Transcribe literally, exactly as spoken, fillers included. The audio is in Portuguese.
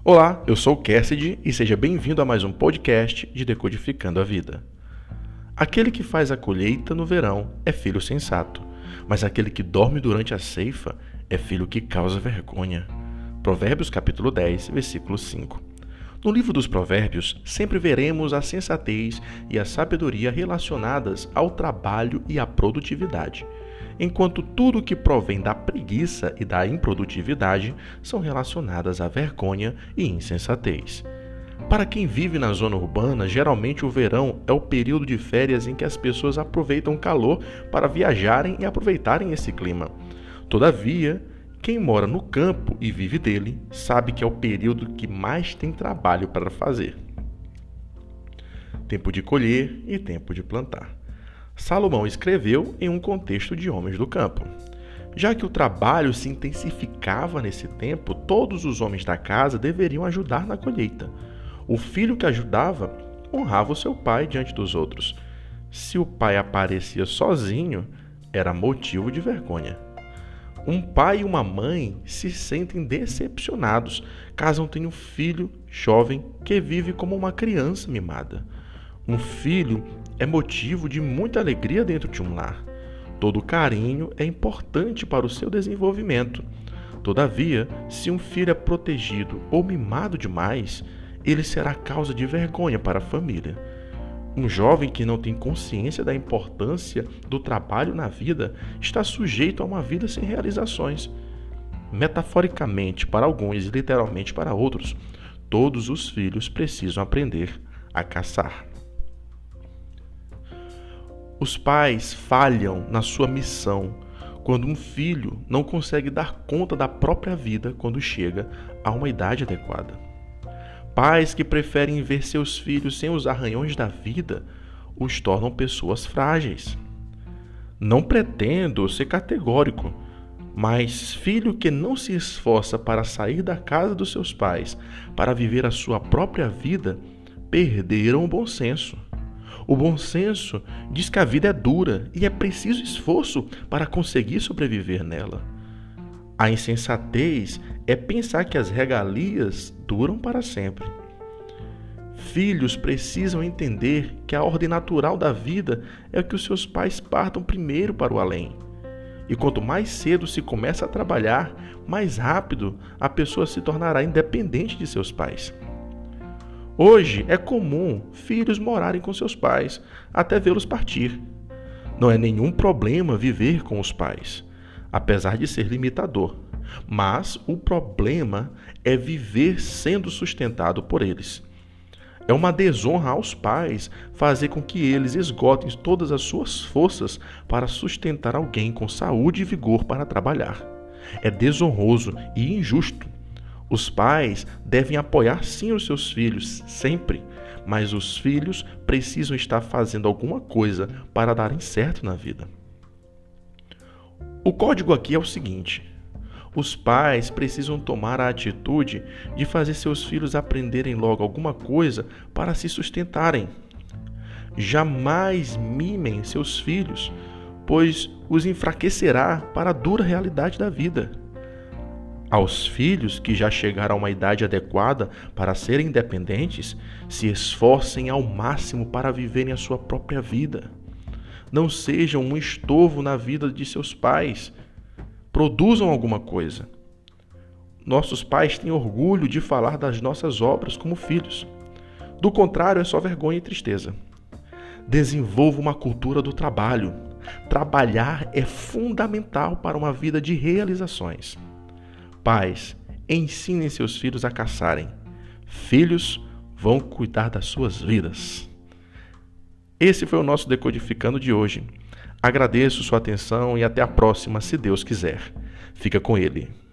Olá, eu sou o Cassidy e seja bem-vindo a mais um podcast de Decodificando a Vida. Aquele que faz a colheita no verão é filho sensato, mas aquele que dorme durante a ceifa é filho que causa vergonha. Provérbios capítulo dez, versículo cinco. No livro dos Provérbios, sempre veremos a sensatez e a sabedoria relacionadas ao trabalho e à produtividade, enquanto tudo que provém da preguiça e da improdutividade são relacionadas à vergonha e insensatez. Para quem vive na zona urbana, geralmente o verão é o período de férias em que as pessoas aproveitam o calor para viajarem e aproveitarem esse clima. Todavia, quem mora no campo e vive dele sabe que é o período que mais tem trabalho para fazer. Tempo de colher e tempo de plantar. Salomão escreveu em um contexto de homens do campo. Já que o trabalho se intensificava nesse tempo, todos os homens da casa deveriam ajudar na colheita. O filho que ajudava honrava o seu pai diante dos outros. Se o pai aparecia sozinho, era motivo de vergonha. Um pai e uma mãe se sentem decepcionados caso tenham um filho jovem que vive como uma criança mimada. Um filho é motivo de muita alegria dentro de um lar. Todo carinho é importante para o seu desenvolvimento. Todavia, se um filho é protegido ou mimado demais, ele será causa de vergonha para a família. Um jovem que não tem consciência da importância do trabalho na vida está sujeito a uma vida sem realizações. Metaforicamente para alguns e literalmente para outros, todos os filhos precisam aprender a caçar. Os pais falham na sua missão quando um filho não consegue dar conta da própria vida quando chega a uma idade adequada. Pais que preferem ver seus filhos sem os arranhões da vida os tornam pessoas frágeis. Não pretendo ser categórico, mas filho que não se esforça para sair da casa dos seus pais para viver a sua própria vida perderam o bom senso. O bom senso diz que a vida é dura e é preciso esforço para conseguir sobreviver nela. A insensatez é pensar que as regalias duram para sempre. Filhos precisam entender que a ordem natural da vida é que os seus pais partam primeiro para o além. E quanto mais cedo se começa a trabalhar, mais rápido a pessoa se tornará independente de seus pais. Hoje é comum filhos morarem com seus pais até vê-los partir. Não é nenhum problema viver com os pais, apesar de ser limitador. Mas o problema é viver sendo sustentado por eles. É uma desonra aos pais fazer com que eles esgotem todas as suas forças para sustentar alguém com saúde e vigor para trabalhar. É desonroso e injusto. Os pais devem apoiar sim os seus filhos, sempre, mas os filhos precisam estar fazendo alguma coisa para darem certo na vida. O código aqui é o seguinte: os pais precisam tomar a atitude de fazer seus filhos aprenderem logo alguma coisa para se sustentarem. Jamais mimem seus filhos, pois os enfraquecerá para a dura realidade da vida. Aos filhos que já chegaram a uma idade adequada para serem independentes, se esforcem ao máximo para viverem a sua própria vida. Não sejam um estorvo na vida de seus pais. Produzam alguma coisa. Nossos pais têm orgulho de falar das nossas obras como filhos. Do contrário, é só vergonha e tristeza. Desenvolva uma cultura do trabalho. Trabalhar é fundamental para uma vida de realizações. Pais, ensinem seus filhos a caçarem. Filhos vão cuidar das suas vidas. Esse foi o nosso Decodificando de hoje. Agradeço sua atenção e até a próxima, se Deus quiser. Fica com Ele.